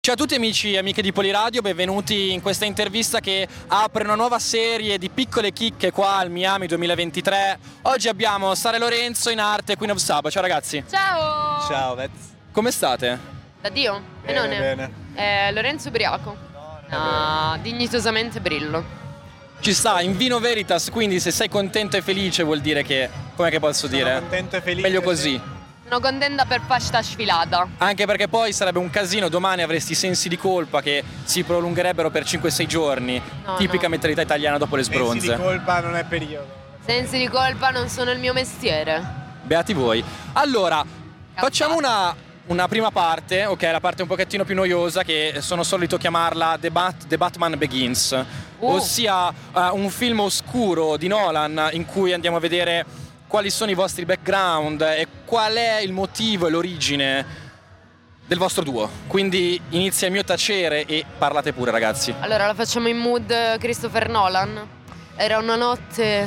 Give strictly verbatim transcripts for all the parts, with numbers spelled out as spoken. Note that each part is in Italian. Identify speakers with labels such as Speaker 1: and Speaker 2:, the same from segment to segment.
Speaker 1: Ciao a tutti amici e amiche di Poliradio, benvenuti in questa intervista che apre una nuova serie di piccole chicche qua al Miami duemilaventitré. Oggi abbiamo Sara e Lorenzo in arte Queen of Saba. Ciao ragazzi.
Speaker 2: Ciao!
Speaker 3: Ciao Vez.
Speaker 1: Come state?
Speaker 2: Da Dio?
Speaker 3: Bene,
Speaker 2: Benone.
Speaker 3: bene.
Speaker 2: Eh, Lorenzo ubriaco. No, dignitosamente brillo.
Speaker 1: Ci sta, in vino veritas, quindi se sei contento e felice vuol dire che, com'è che posso
Speaker 3: Sono
Speaker 1: dire?
Speaker 3: contento e felice.
Speaker 1: Meglio così.
Speaker 2: Sono contenta per pasta sfilata.
Speaker 1: Anche perché poi sarebbe un casino, domani avresti sensi di colpa che si prolungherebbero per cinque sei giorni.
Speaker 2: No,
Speaker 1: Tipica
Speaker 2: no.
Speaker 1: mentalità italiana dopo le
Speaker 3: Sensi
Speaker 1: sbronze.
Speaker 3: di colpa non è periodo.
Speaker 2: Sensi di colpa non sono il mio mestiere.
Speaker 1: Beati voi. Allora, facciamo una, una prima parte, ok, la parte un pochettino più noiosa, che sono solito chiamarla The, Bat- The Batman Begins,
Speaker 2: Uh.
Speaker 1: ossia uh, un film oscuro di Nolan in cui andiamo a vedere quali sono i vostri background e qual è il motivo e l'origine del vostro duo. Quindi inizia il mio tacere e parlate pure, ragazzi.
Speaker 2: Allora la facciamo in mood Christopher Nolan. Era una notte.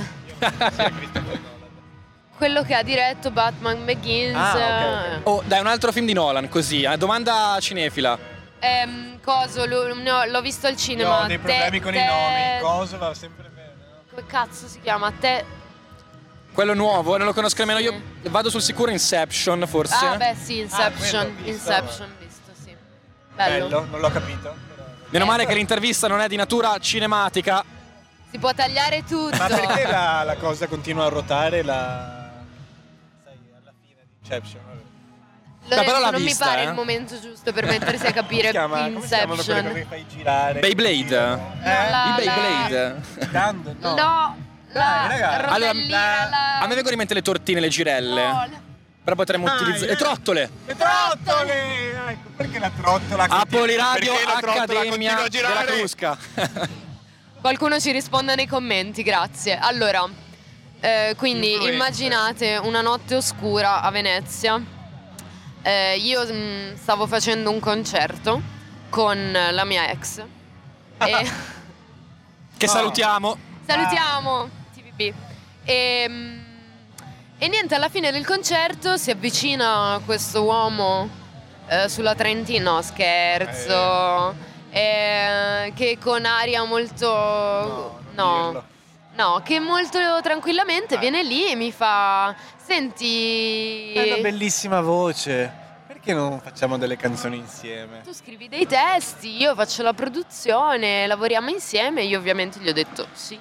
Speaker 2: Quello che ha diretto Batman Begins.
Speaker 3: Ah, ok, ok.
Speaker 1: Oh, dai, un altro film di Nolan, così, eh, domanda cinefila.
Speaker 2: Ehm, coso, lo- no, l'ho visto al
Speaker 3: Io
Speaker 2: cinema.
Speaker 3: ho dei problemi
Speaker 2: Te-
Speaker 3: con
Speaker 2: te-
Speaker 3: i nomi. Coso va sempre bene, no?
Speaker 2: Come cazzo si chiama? Te.
Speaker 1: Quello nuovo, non lo conosco nemmeno
Speaker 2: Sì.
Speaker 1: io. Vado sul sicuro Inception, forse.
Speaker 2: Ah, beh, sì,
Speaker 3: Ah,
Speaker 2: Inception.
Speaker 3: quello ho visto.
Speaker 2: Inception, visto, sì. Bello.
Speaker 3: Bello, non l'ho capito. però-
Speaker 1: Meno
Speaker 2: Eh,
Speaker 1: male
Speaker 2: però-
Speaker 1: che l'intervista non è di natura cinematica.
Speaker 2: Si può tagliare tutto.
Speaker 3: Ma perché la, la cosa continua a ruotare la... Sai, alla fine di Inception? vabbè.
Speaker 2: Lorenzo,
Speaker 1: però l'ha
Speaker 2: non
Speaker 1: vista,
Speaker 2: mi pare
Speaker 1: eh.
Speaker 2: il momento giusto per mettersi a
Speaker 3: Come
Speaker 2: capire
Speaker 3: si chiama? Come si chiamano quelle cose
Speaker 2: Inception.
Speaker 3: che fai girare?
Speaker 1: Beyblade.
Speaker 3: Eh?
Speaker 2: la-
Speaker 1: I Beyblade.
Speaker 3: Girando? No.
Speaker 2: No, la
Speaker 3: Dai, raga.
Speaker 2: rotellina,
Speaker 3: Allora,
Speaker 2: la...
Speaker 1: A me vengono in mente le tortine, le girelle.
Speaker 2: No, la-
Speaker 1: Però potremmo
Speaker 3: Ah,
Speaker 1: utilizzare.
Speaker 3: eh.
Speaker 1: Le trottole!
Speaker 3: Le trottole! Ecco, perché la trottola
Speaker 1: A
Speaker 3: continua-
Speaker 1: Poliradio
Speaker 3: perché la trottola
Speaker 1: Accademia
Speaker 3: continua a
Speaker 1: della
Speaker 3: girare?
Speaker 1: Crusca.
Speaker 2: Qualcuno ci risponda nei commenti, grazie. Allora, eh, quindi
Speaker 3: Influencer.
Speaker 2: immaginate una notte oscura a Venezia. Eh, io mm, stavo facendo un concerto con la mia ex. E...
Speaker 1: Che
Speaker 3: No.
Speaker 1: salutiamo.
Speaker 2: Salutiamo T V B. E, mm, e niente, alla fine del concerto si avvicina questo uomo eh, sulla Trentina, no scherzo, eh, che con aria molto...
Speaker 3: No, non dirlo.
Speaker 2: no, che molto tranquillamente
Speaker 3: Ah.
Speaker 2: viene lì e mi fa: senti,
Speaker 3: Hai una bellissima voce. Perché non facciamo delle canzoni insieme?
Speaker 2: tu scrivi dei testi, io faccio la produzione, lavoriamo insieme. Io ovviamente gli ho detto sì.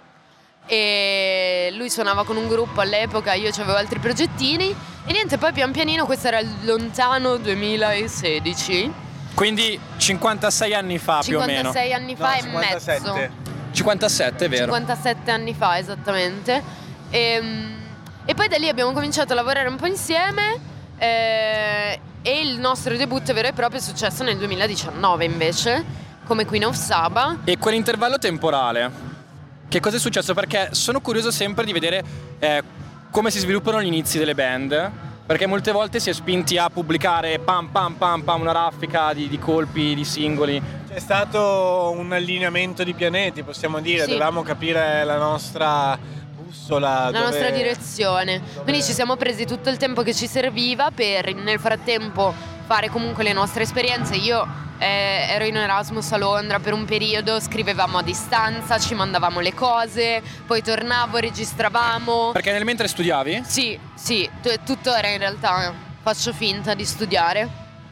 Speaker 2: E lui suonava con un gruppo all'epoca, io avevo altri progettini. E niente, poi pian pianino, questo era il lontano duemilasedici,
Speaker 1: Quindi cinquantasei anni fa più o meno.
Speaker 2: cinquantasei anni fa
Speaker 3: No,
Speaker 2: e
Speaker 3: cinquantasette.
Speaker 2: mezzo.
Speaker 1: cinquantasette, è vero.
Speaker 2: cinquantasette anni fa esattamente. E, e poi da lì abbiamo cominciato a lavorare un po' insieme, eh, e il nostro debutto vero e proprio è successo nel duemiladiciannove invece, come Queen of Saba.
Speaker 1: E quell'intervallo temporale, che cosa è successo? Perché sono curioso sempre di vedere eh, come si sviluppano gli inizi delle band. Perché molte volte si è spinti a pubblicare pam pam pam pam una raffica di, di colpi, di singoli.
Speaker 3: C'è stato un allineamento di pianeti, possiamo dire.
Speaker 2: Sì.
Speaker 3: Dovevamo capire la nostra bussola.
Speaker 2: La
Speaker 3: dove-
Speaker 2: nostra direzione.
Speaker 3: dove-
Speaker 2: Quindi ci siamo presi tutto il tempo che ci serviva per nel frattempo fare comunque le nostre esperienze. Io eh, ero in Erasmus a Londra per un periodo, scrivevamo a distanza, ci mandavamo le cose, poi tornavo, registravamo.
Speaker 1: Perché nel mentre studiavi?
Speaker 2: Sì, sì, t- tuttora in realtà faccio finta di studiare.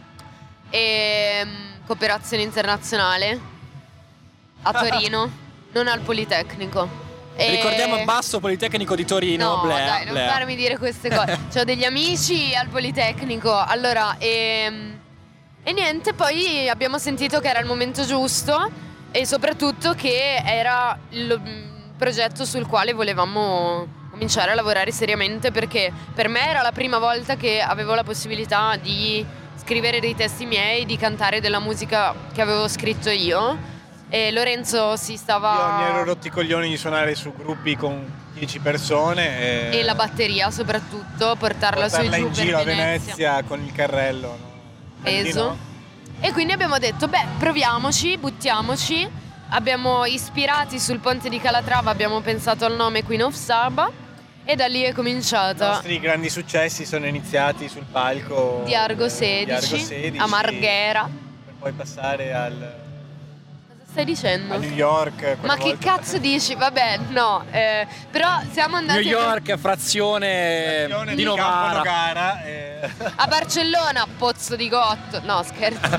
Speaker 2: E mm, cooperazione internazionale a Torino, non al Politecnico. E-
Speaker 1: Ricordiamo Basso Politecnico di Torino.
Speaker 2: No,
Speaker 1: bleh,
Speaker 2: dai, non
Speaker 1: bleh.
Speaker 2: farmi dire queste cose. C'ho degli amici al Politecnico. Allora, ehm, e niente, poi abbiamo sentito che era il momento giusto e soprattutto che era il mm, progetto sul quale volevamo cominciare a lavorare seriamente, perché per me era la prima volta che avevo la possibilità di scrivere dei testi miei, di cantare della musica che avevo scritto io. E Lorenzo si stava...
Speaker 3: Io mi ero rotti i coglioni di suonare su gruppi con dieci persone. E,
Speaker 2: E la batteria soprattutto, portarla su e
Speaker 3: portarla
Speaker 2: giù
Speaker 3: in
Speaker 2: per
Speaker 3: giro a
Speaker 2: Venezia.
Speaker 3: Venezia con il carrello. No? Quindi
Speaker 2: Peso.
Speaker 3: no.
Speaker 2: E quindi abbiamo detto, beh, proviamoci, buttiamoci. Abbiamo ispirati sul ponte di Calatrava, abbiamo pensato al nome Queen of Saba e da lì è
Speaker 3: I
Speaker 2: cominciata.
Speaker 3: nostri grandi successi sono iniziati sul palco
Speaker 2: Di Argo
Speaker 3: eh,
Speaker 2: sedici,
Speaker 3: di Argo sedici,
Speaker 2: a Marghera.
Speaker 3: per poi passare al...
Speaker 2: Stai dicendo?
Speaker 3: A New York.
Speaker 2: Ma che
Speaker 3: volta.
Speaker 2: cazzo dici? Vabbè, no. Eh, però siamo andati
Speaker 1: New York, frazione,
Speaker 3: Frazione
Speaker 1: di
Speaker 3: di Campo
Speaker 1: Novara.
Speaker 3: Nogara. E...
Speaker 2: a Barcellona, Pozzo di Gotto. No, scherzo.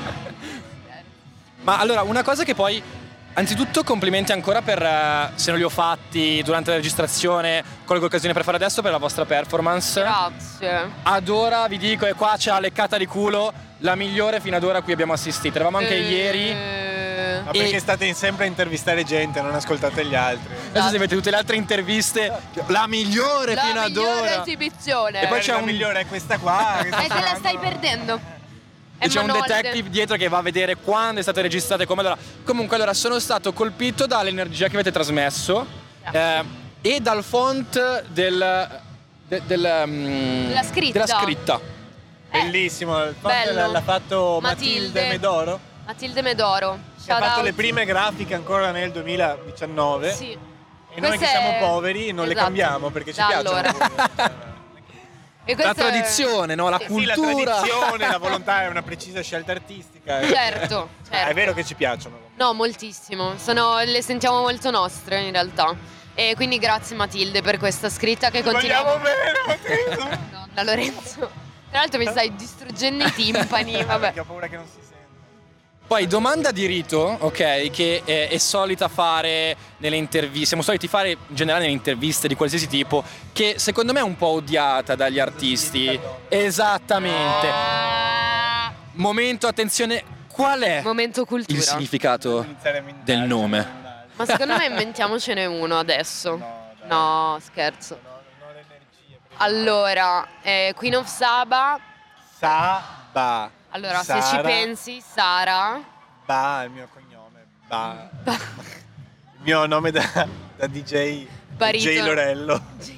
Speaker 1: Ma allora, una cosa che poi, anzitutto complimenti ancora per, eh, se non li ho fatti durante la registrazione, colgo l'occasione per fare adesso, per la vostra performance.
Speaker 2: Grazie.
Speaker 1: Ad ora vi dico, e qua c'è la leccata di culo, la migliore fino ad ora a cui abbiamo assistito. Eravamo anche
Speaker 2: Eh,
Speaker 1: ieri.
Speaker 3: Ma perché
Speaker 1: E-
Speaker 3: state sempre a intervistare gente, non ascoltate gli altri.
Speaker 1: Adesso se avete tutte le altre interviste, la migliore
Speaker 2: La
Speaker 1: fino ad
Speaker 2: migliore
Speaker 1: ora.
Speaker 2: esibizione.
Speaker 1: E poi c'è
Speaker 3: la
Speaker 1: un-
Speaker 3: migliore è questa qua. che sta
Speaker 2: E te la
Speaker 3: suonando.
Speaker 2: stai perdendo.
Speaker 1: E c'è un
Speaker 2: Emma Nolde.
Speaker 1: detective dietro che va a vedere quando è stato registrato e come. Allora, comunque, allora sono stato colpito dall'energia che avete trasmesso eh, e dal font del, de- del, mm,
Speaker 2: Della scritta.
Speaker 1: della scritta.
Speaker 3: Bellissimo. Il font
Speaker 2: bello.
Speaker 3: l'ha- l'ha fatto
Speaker 2: Matilde.
Speaker 3: Matilde Medoro,
Speaker 2: Matilde Medoro.
Speaker 3: che ha
Speaker 2: Shout
Speaker 3: fatto
Speaker 2: out.
Speaker 3: le prime grafiche ancora nel duemiladiciannove.
Speaker 2: Sì.
Speaker 3: E noi che
Speaker 2: Queste-
Speaker 3: siamo poveri non le
Speaker 2: Esatto.
Speaker 3: cambiamo perché ci
Speaker 2: Da
Speaker 3: piacciono.
Speaker 2: allora. E
Speaker 1: La
Speaker 2: questo è-
Speaker 1: tradizione, no? La
Speaker 2: Sì.
Speaker 3: Sì, la
Speaker 1: cultura.
Speaker 3: tradizione, la volontà è una precisa scelta artistica.
Speaker 2: Certo,
Speaker 3: Ah,
Speaker 2: certo.
Speaker 3: è vero che ci piacciono.
Speaker 2: No, moltissimo. Sono, le sentiamo molto nostre in realtà. E quindi grazie Matilde per questa scritta che continuiamo.
Speaker 3: Vogliamo bene, Matilde.
Speaker 2: Madonna, Lorenzo. Tra l'altro mi stai distruggendo i timpani, vabbè.
Speaker 3: Perché ho paura che non si senta.
Speaker 1: Poi domanda di rito, ok, che è, è solita fare nelle interviste, siamo soliti fare in generale nelle interviste di qualsiasi tipo, che secondo me è un po' odiata dagli artisti. Esattamente.
Speaker 2: Ah,
Speaker 1: Momento, attenzione, qual è
Speaker 2: momento cultura.
Speaker 1: il significato
Speaker 3: Iniziare a inventare,
Speaker 1: del nome?
Speaker 3: inventare.
Speaker 2: Ma secondo me inventiamocene uno adesso.
Speaker 3: No, dai.
Speaker 2: No, scherzo.
Speaker 3: No, non ho l'energia. per-
Speaker 2: Allora, eh, Queen of Saba.
Speaker 3: Saba.
Speaker 2: Allora, se ci
Speaker 3: Sara,
Speaker 2: pensi, Sara.
Speaker 3: Ba è il mio cognome. Ba. Il mio nome da, da D J.
Speaker 2: Baritono.
Speaker 3: J Lorello.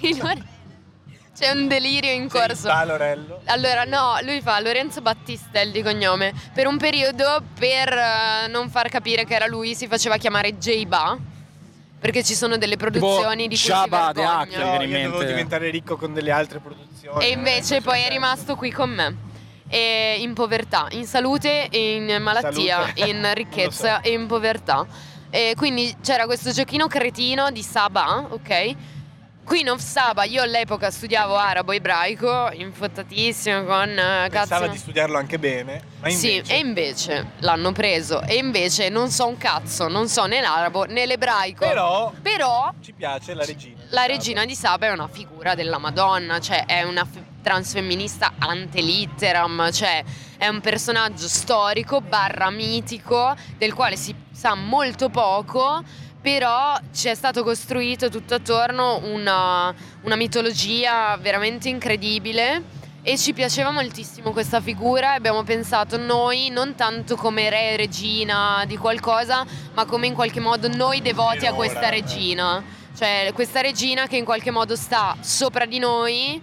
Speaker 2: C'è un delirio in corso.
Speaker 3: Ba Lorello.
Speaker 2: Allora, no, lui fa Lorenzo Battistelli di cognome. Per un periodo, per eh, non far capire che era lui, si faceva chiamare J-Ba. Perché ci sono delle produzioni di cui si
Speaker 1: Jabba the
Speaker 2: vergogna.
Speaker 1: Hutt. Mi
Speaker 3: No,
Speaker 1: viene in
Speaker 3: io dovevo
Speaker 1: mente-
Speaker 3: diventare ricco con delle altre produzioni.
Speaker 2: E invece poi è rimasto qui con me. E in povertà, in salute, in malattia,
Speaker 3: Salute.
Speaker 2: in
Speaker 3: Non
Speaker 2: ricchezza
Speaker 3: lo so.
Speaker 2: e in povertà. E quindi c'era questo giochino cretino di Saba, ok? Queen of Saba, io all'epoca studiavo arabo ebraico, infottatissimo con eh,
Speaker 3: Pensava
Speaker 2: cazzo.
Speaker 3: di studiarlo anche bene, ma invece...
Speaker 2: Sì, e invece l'hanno preso. E invece non so un cazzo, non so né l'arabo né l'ebraico.
Speaker 3: Però
Speaker 2: Però
Speaker 3: ci piace la regina.
Speaker 2: la regina di Saba è una figura della Madonna, cioè è una f- transfemminista ante litteram, cioè è un personaggio storico barra mitico del quale si sa molto poco, però ci è stato costruito tutto attorno una, una mitologia veramente incredibile e ci piaceva moltissimo questa figura e abbiamo pensato noi non tanto come re e regina di qualcosa, ma come in qualche modo noi devoti a questa
Speaker 3: Finora,
Speaker 2: regina. Cioè questa regina che in qualche modo sta sopra di noi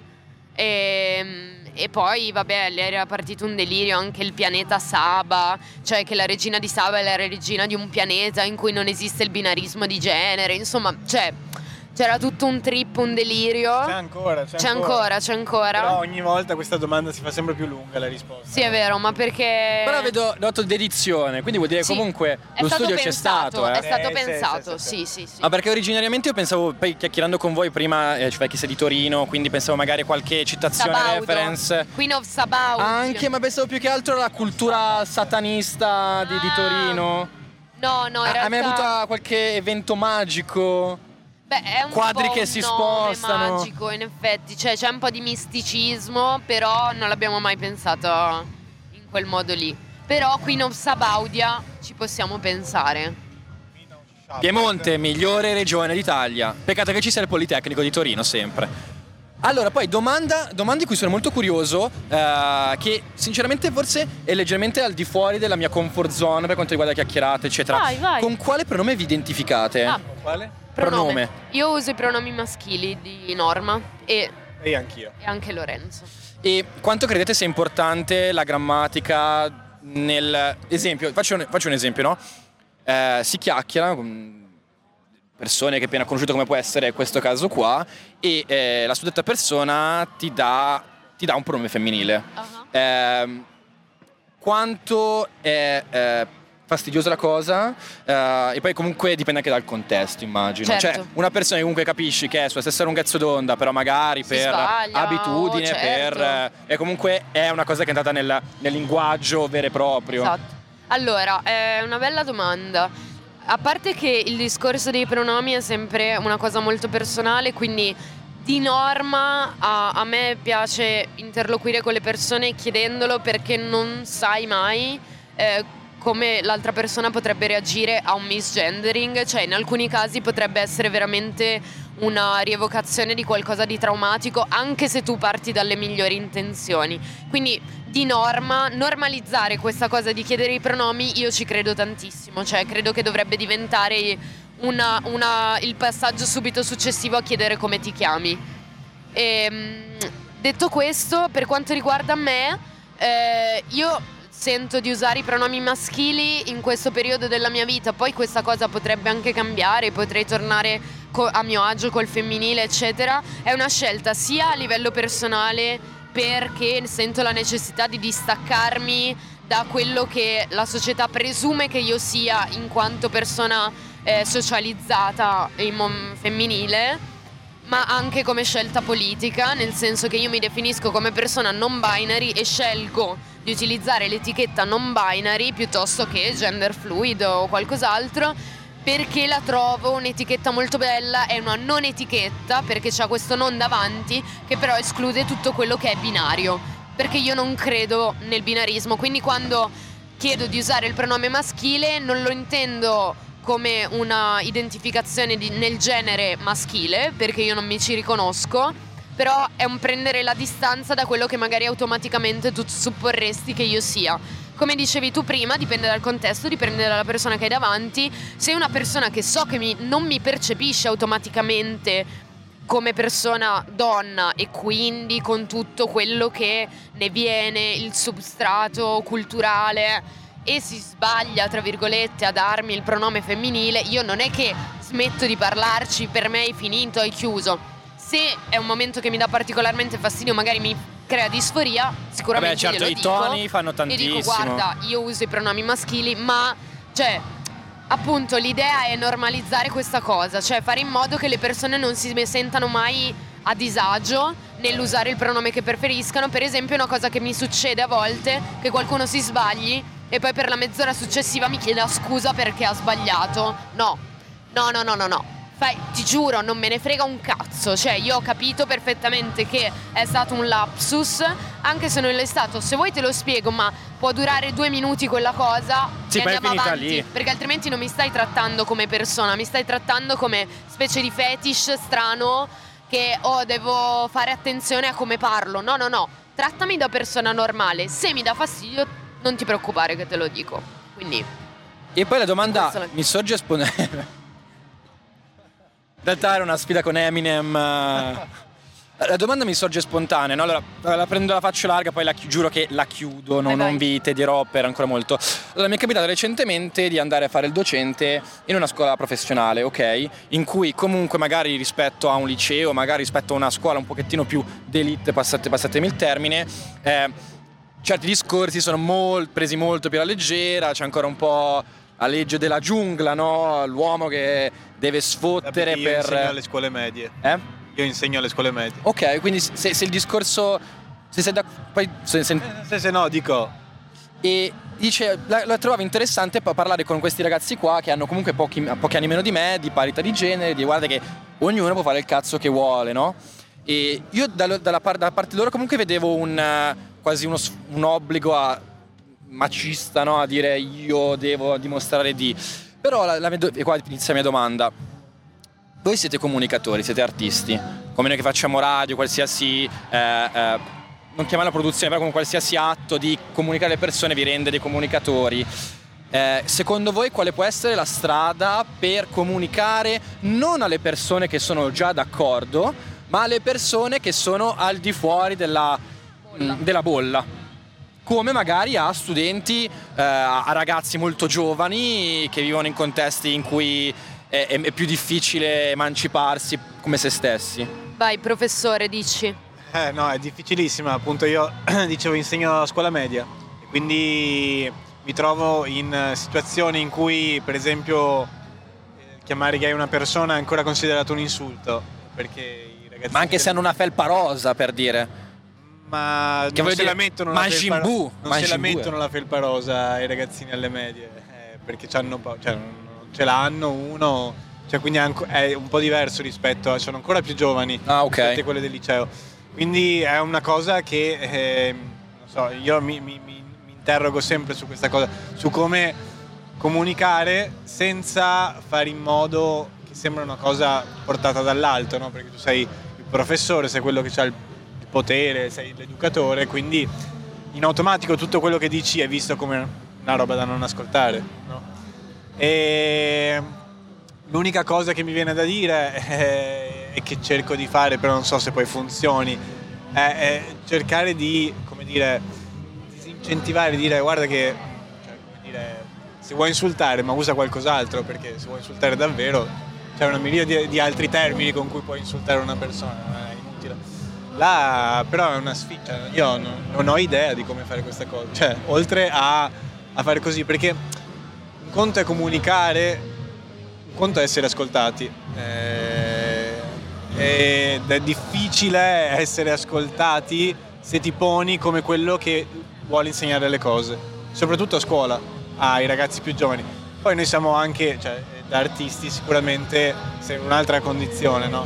Speaker 2: e, e poi vabbè lei era partito un delirio anche il pianeta Saba, cioè che la regina di Saba è la regina di un pianeta in cui non esiste il binarismo di genere, insomma cioè c'era tutto un trip, un delirio.
Speaker 3: C'è ancora, c'è,
Speaker 2: C'è ancora, c'è ancora.
Speaker 3: Però ogni volta questa domanda si fa sempre più lunga la risposta.
Speaker 2: Sì, è vero, ma perché
Speaker 1: Però vedo noto dedizione, quindi vuol dire
Speaker 2: Sì,
Speaker 1: comunque
Speaker 2: è
Speaker 1: lo
Speaker 2: stato
Speaker 1: studio c'è
Speaker 2: pensato,
Speaker 1: stato,
Speaker 2: È
Speaker 1: eh.
Speaker 2: stato
Speaker 3: Eh, sì,
Speaker 2: pensato,
Speaker 3: sì, sì,
Speaker 2: sì, sì, sì.
Speaker 1: Ma perché originariamente io pensavo, poi chiacchierando con voi prima, eh, cioè che sei di Torino, quindi pensavo magari a qualche citazione,
Speaker 2: Sabaudo,
Speaker 1: reference.
Speaker 2: Queen of Sabaud.
Speaker 1: Anche, ma pensavo più che altro alla cultura satanista di, di
Speaker 2: Ah.
Speaker 1: Torino.
Speaker 2: No, no, in
Speaker 1: Ha-
Speaker 2: realtà
Speaker 1: Hai mai avuto qualche evento magico?
Speaker 2: Beh, è un
Speaker 1: quadri
Speaker 2: po'
Speaker 1: che
Speaker 2: un
Speaker 1: si
Speaker 2: nome
Speaker 1: spostano?
Speaker 2: magico, in effetti, cioè c'è un po' di misticismo, però non l'abbiamo mai pensato in quel modo lì. Però Queen of Sabaudia ci possiamo pensare.
Speaker 1: Piemonte, migliore regione d'Italia. Peccato che ci sia il Politecnico di Torino sempre. Allora, poi domanda, domanda di cui sono molto curioso, eh, che sinceramente forse è leggermente al di fuori della mia comfort zone per quanto riguarda chiacchierate, eccetera.
Speaker 2: Vai, vai.
Speaker 1: Con quale pronome vi identificate?
Speaker 2: Ah,
Speaker 3: Quale?
Speaker 1: Pronome.
Speaker 2: Io uso i pronomi maschili di Norma e,
Speaker 3: E io anch'io.
Speaker 2: e anche Lorenzo.
Speaker 1: E quanto credete sia importante la grammatica nel... Esempio, faccio un, faccio un esempio, no? Eh, si chiacchiera con persone che appena conosciuto come può essere questo caso qua e eh, la suddetta persona ti dà, ti dà un pronome femminile.
Speaker 2: Uh-huh.
Speaker 1: Ehm, quanto è eh, fastidiosa la cosa, eh, e poi comunque dipende anche dal contesto, immagino.
Speaker 2: Certo.
Speaker 1: Cioè, una persona che comunque capisci che è sulla stessa lunghezza d'onda, però magari
Speaker 2: Si
Speaker 1: per
Speaker 2: sbaglia,
Speaker 1: abitudine,
Speaker 2: oh, certo.
Speaker 1: per eh, e comunque è una cosa che è entrata nel, nel linguaggio vero e proprio.
Speaker 2: Esatto. Allora, è una bella domanda. A parte che il discorso dei pronomi è sempre una cosa molto personale, quindi di norma a, a me piace interloquire con le persone chiedendolo, perché non sai mai eh, come l'altra persona potrebbe reagire a un misgendering. Cioè, in alcuni casi potrebbe essere veramente una rievocazione di qualcosa di traumatico, anche se tu parti dalle migliori intenzioni. Quindi di norma normalizzare questa cosa di chiedere i pronomi, io ci credo tantissimo. Cioè, credo che dovrebbe diventare una, una, il passaggio subito successivo a chiedere come ti chiami. E, detto questo, per quanto riguarda me, eh, io sento di usare i pronomi maschili in questo periodo della mia vita. Poi questa cosa potrebbe anche cambiare, potrei tornare co- a mio agio col femminile, eccetera. È una scelta sia a livello personale, perché sento la necessità di distaccarmi da quello che la società presume che io sia in quanto persona eh, socializzata in mom- femminile, ma anche come scelta politica, nel senso che io mi definisco come persona non binary e scelgo di utilizzare l'etichetta non binary piuttosto che gender fluid o qualcos'altro, perché la trovo un'etichetta molto bella. È una non etichetta perché c'ha questo non davanti, che però esclude tutto quello che è binario, perché io non credo nel binarismo. Quindi quando chiedo di usare il pronome maschile non lo intendo come una identificazione di, nel genere maschile, perché io non mi ci riconosco, però è un prendere la distanza da quello che magari automaticamente tu supporresti che io sia. Come dicevi tu prima, dipende dal contesto, dipende dalla persona che hai davanti. Se una persona che so che mi, non mi percepisce automaticamente come persona donna, e quindi con tutto quello che ne viene, il substrato culturale, e si sbaglia, tra virgolette, a darmi il pronome femminile, io non è che smetto di parlarci, per me è finito, è chiuso. Se è un momento che mi dà particolarmente fastidio, magari mi crea disforia, sicuramente
Speaker 1: Vabbè, certo,
Speaker 2: glielo
Speaker 1: i
Speaker 2: dico,
Speaker 1: toni fanno tantissimo.
Speaker 2: e dico: guarda, io uso i pronomi maschili, ma cioè appunto l'idea è normalizzare questa cosa, cioè fare in modo che le persone non si sentano mai a disagio nell'usare il pronome che preferiscano. Per esempio, una cosa che mi succede a volte, che qualcuno si sbagli e poi per la mezz'ora successiva mi chieda scusa perché ha sbagliato. No, no, no, no, no, no. Fai, ti giuro, non me ne frega un cazzo. Cioè, io ho capito perfettamente che è stato un lapsus, anche se non l'è stato. Se vuoi te lo spiego, ma può durare due minuti quella cosa,
Speaker 1: sì,
Speaker 2: e
Speaker 1: poi è
Speaker 2: andiamo
Speaker 1: finita
Speaker 2: avanti,
Speaker 1: lì.
Speaker 2: perché altrimenti non mi stai trattando come persona, mi stai trattando come specie di fetish strano che oh, devo fare attenzione a come parlo. No, no, no, trattami da persona normale. Se mi dà fastidio, non ti preoccupare che te lo dico. Quindi
Speaker 1: E poi la domanda
Speaker 2: la...
Speaker 1: mi sorge spontanea. In realtà era una sfida con Eminem. La domanda mi sorge spontanea, no? Allora, la prendo, la faccio larga, poi la chi- giuro che la chiudo, no,
Speaker 2: vai,
Speaker 1: non
Speaker 2: vai.
Speaker 1: vi tedierò per ancora molto. Allora, mi è capitato recentemente di andare a fare il docente in una scuola professionale, ok? In cui comunque magari rispetto a un liceo, magari rispetto a una scuola un pochettino più d'elite, passate, passatemi il termine, eh, certi discorsi sono mol- presi molto più alla leggera, c'è ancora un po' la legge della giungla, no? L'uomo che deve sfottere
Speaker 3: Io
Speaker 1: per...
Speaker 3: insegno alle scuole medie.
Speaker 1: Eh?
Speaker 3: Io insegno alle scuole medie.
Speaker 1: Ok, quindi se, se il discorso... Se sei da... Poi... Se, se,
Speaker 3: Se, se no, dico...
Speaker 1: e dice, la, la trovavo interessante pa- parlare con questi ragazzi qua che hanno comunque pochi, pochi anni meno di me, di parità di genere, di guarda che ognuno può fare il cazzo che vuole, no? E io dalla, dalla, par- dalla parte loro comunque vedevo un uh, quasi uno, s- un obbligo a macista, no? A dire io devo dimostrare di... Però la, la, e qua inizia la mia domanda. Voi siete comunicatori, siete artisti, come noi che facciamo radio, qualsiasi... Eh, eh, non chiamare la produzione, però con qualsiasi atto di comunicare alle persone vi rende dei comunicatori. Eh, secondo voi quale può essere la strada per comunicare non alle persone che sono già d'accordo, ma alle persone che sono al di fuori della bolla, della bolla? Come magari a studenti, eh, a ragazzi molto giovani che vivono in contesti in cui è, è più difficile emanciparsi come se stessi.
Speaker 2: vai, professore, dici.
Speaker 3: Eh no, è difficilissima, appunto io dicevo insegno a scuola media. E Quindi mi trovo in situazioni in cui, per esempio, chiamare gay una persona è ancora considerato un insulto, perché i ragazzi...
Speaker 1: Ma anche se hanno una felpa rosa, per dire.
Speaker 3: Ma
Speaker 1: che
Speaker 3: non se
Speaker 1: dire,
Speaker 3: la mettono la felpa,
Speaker 1: non
Speaker 3: non se la mettono la felpa rosa i ragazzini alle medie, eh, perché c'hanno, cioè, non ce l'hanno uno, cioè, quindi è un po' diverso rispetto a... sono ancora più giovani,
Speaker 1: ah, okay.
Speaker 3: rispetto a quelle del liceo. Quindi è una cosa che, eh, non so, io mi, mi, mi interrogo sempre su questa cosa, su come comunicare senza fare in modo che sembra una cosa portata dall'alto, no? Perché tu sei il professore, sei quello che ha il potere, sei l'educatore, quindi in automatico tutto quello che dici è visto come una roba da non ascoltare, no? E l'unica cosa che mi viene da dire è, è che cerco di fare, però non so se poi funzioni, è, è cercare di, come dire, disincentivare, dire guarda che, cioè, come dire, se vuoi insultare ma usa qualcos'altro, perché se vuoi insultare davvero c'è una miriade di, di altri termini con cui puoi insultare una persona, è inutile. Là però è una sfida, io non, non ho idea di come fare questa cosa, cioè oltre a, a fare così, perché un conto è comunicare, un conto è essere ascoltati, eh, ed è difficile essere ascoltati se ti poni come quello che vuole insegnare le cose, soprattutto a scuola, ai ragazzi più giovani. Poi noi siamo anche, cioè, da artisti sicuramente sei in un'altra condizione, no?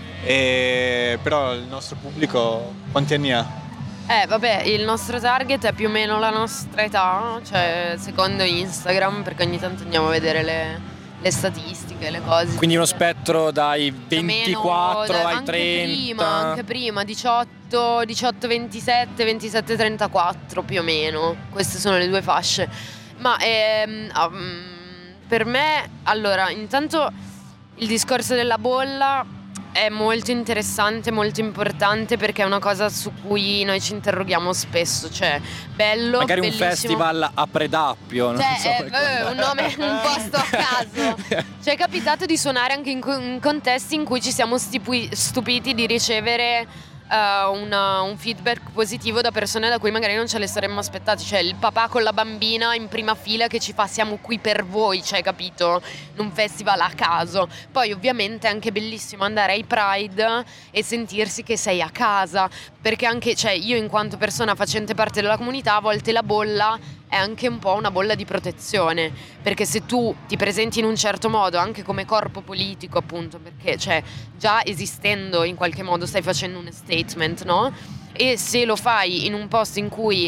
Speaker 3: E, però il nostro pubblico quanti anni ha?
Speaker 2: Eh vabbè, il nostro target è più o meno la nostra età, cioè secondo Instagram, perché ogni tanto andiamo a vedere le, le statistiche, le cose.
Speaker 1: Quindi uno spettro dai ventiquattro
Speaker 2: meno,
Speaker 1: ai
Speaker 2: anche
Speaker 1: trenta.
Speaker 2: Prima, anche prima, diciotto, diciotto ventisette, ventisette trentaquattro più o meno. Queste sono le due fasce. Ma ehm, um, per me, allora, intanto il discorso della bolla è molto interessante, molto importante, perché è una cosa su cui noi ci interroghiamo spesso, cioè bello,
Speaker 1: magari
Speaker 2: bellissimo.
Speaker 1: Un festival a Predappio, non
Speaker 2: cioè,
Speaker 1: so,
Speaker 2: eh, eh, un nome, un posto a caso. Cioè è capitato di suonare anche in, in contesti in cui ci siamo stipui, stupiti di ricevere uh, una, un feedback positivo da persone da cui magari non ce le saremmo aspettati. Cioè il papà con la bambina in prima fila che ci fa siamo qui per voi, cioè capito? In un festival a caso. Poi ovviamente è anche bellissimo andare ai Pride e sentirsi che sei a casa, perché anche, cioè, io in quanto persona facente parte della comunità, a volte la bolla è anche un po' una bolla di protezione, perché se tu ti presenti in un certo modo anche come corpo politico, appunto, perché cioè già esistendo in qualche modo stai facendo un statement, no? E se lo fai in un posto in cui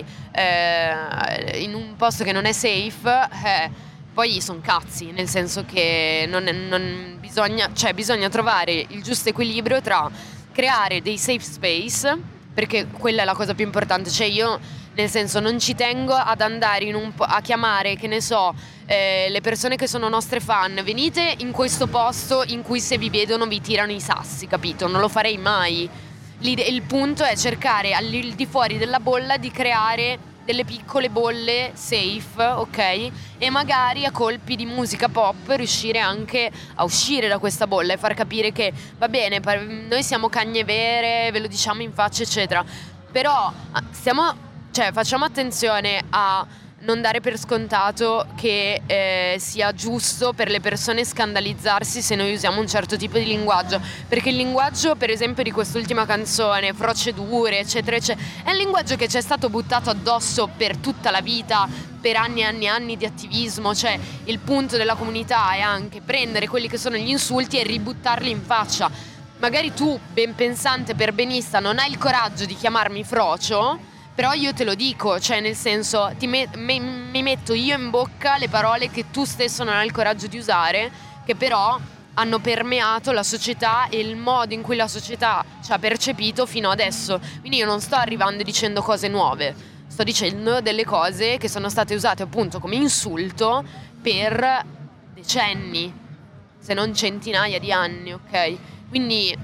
Speaker 2: eh, in un posto che non è safe, eh, poi son cazzi, nel senso che non, non bisogna, cioè bisogna trovare il giusto equilibrio tra creare dei safe space, perché quella è la cosa più importante. Cioè io, nel senso, non ci tengo ad andare in un po- a chiamare, che ne so, eh, le persone che sono nostre fan, venite in questo posto in cui se vi vedono vi tirano i sassi, capito? Non lo farei mai. L'ide- il punto è cercare al di fuori della bolla di creare delle piccole bolle safe, ok? E magari a colpi di musica pop riuscire anche a uscire da questa bolla e far capire che va bene, noi siamo cagne vere, ve lo diciamo in faccia, eccetera. Però stiamo, cioè, facciamo attenzione a non dare per scontato che eh, sia giusto per le persone scandalizzarsi se noi usiamo un certo tipo di linguaggio, perché il linguaggio, per esempio, di quest'ultima canzone, procedure, eccetera, eccetera, è un linguaggio che ci è stato buttato addosso per tutta la vita, per anni e anni e anni di attivismo. Cioè il punto della comunità è anche prendere quelli che sono gli insulti e ributtarli in faccia. Magari tu, ben pensante, perbenista, non hai il coraggio di chiamarmi frocio, però io te lo dico, cioè nel senso ti me- me- mi metto io in bocca le parole che tu stesso non hai il coraggio di usare, che però hanno permeato la società e il modo in cui la società ci ha percepito fino adesso. Quindi io non sto arrivando dicendo cose nuove, sto dicendo delle cose che sono state usate appunto come insulto per decenni, se non centinaia di anni, ok? Quindi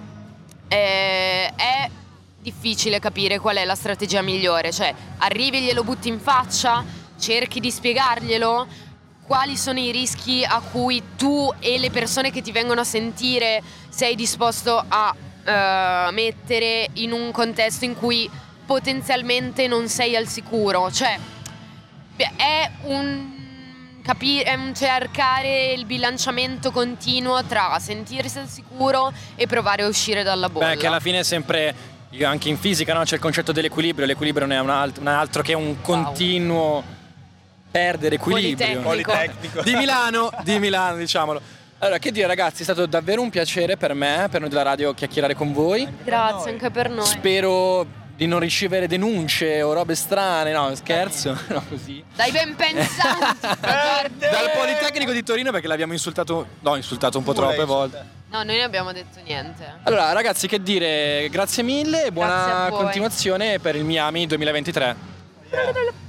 Speaker 2: eh, è difficile capire qual è la strategia migliore, cioè arrivi e glielo butti in faccia, cerchi di spiegarglielo, quali sono i rischi a cui tu e le persone che ti vengono a sentire sei disposto a uh, mettere in un contesto in cui potenzialmente non sei al sicuro. Cioè Beh, è un capire, è un cercare il bilanciamento continuo tra sentirsi al sicuro e provare a uscire dalla bolla.
Speaker 1: Beh, che alla fine è sempre, anche in fisica, no? C'è il concetto dell'equilibrio. L'equilibrio non è un altro, un altro che un continuo perdere equilibrio.
Speaker 2: Politecnico.
Speaker 3: Politecnico.
Speaker 1: Di Milano, di Milano, diciamolo. Allora, che dire ragazzi, è stato davvero un piacere per me, per noi della radio, chiacchierare con voi.
Speaker 2: Grazie anche per noi.
Speaker 1: Spero di non ricevere denunce o robe strane, no, scherzo, no, così.
Speaker 2: Dai ben pensanti.
Speaker 1: Dal Politecnico di Torino, perché l'abbiamo insultato, no, insultato un po'
Speaker 3: Tu l'hai
Speaker 1: troppe volte.
Speaker 3: insultato.
Speaker 2: No, noi non abbiamo detto niente.
Speaker 1: Allora, ragazzi, che dire, grazie mille e
Speaker 2: Grazie a
Speaker 1: buona
Speaker 2: voi.
Speaker 1: continuazione per il Miami duemilaventitré.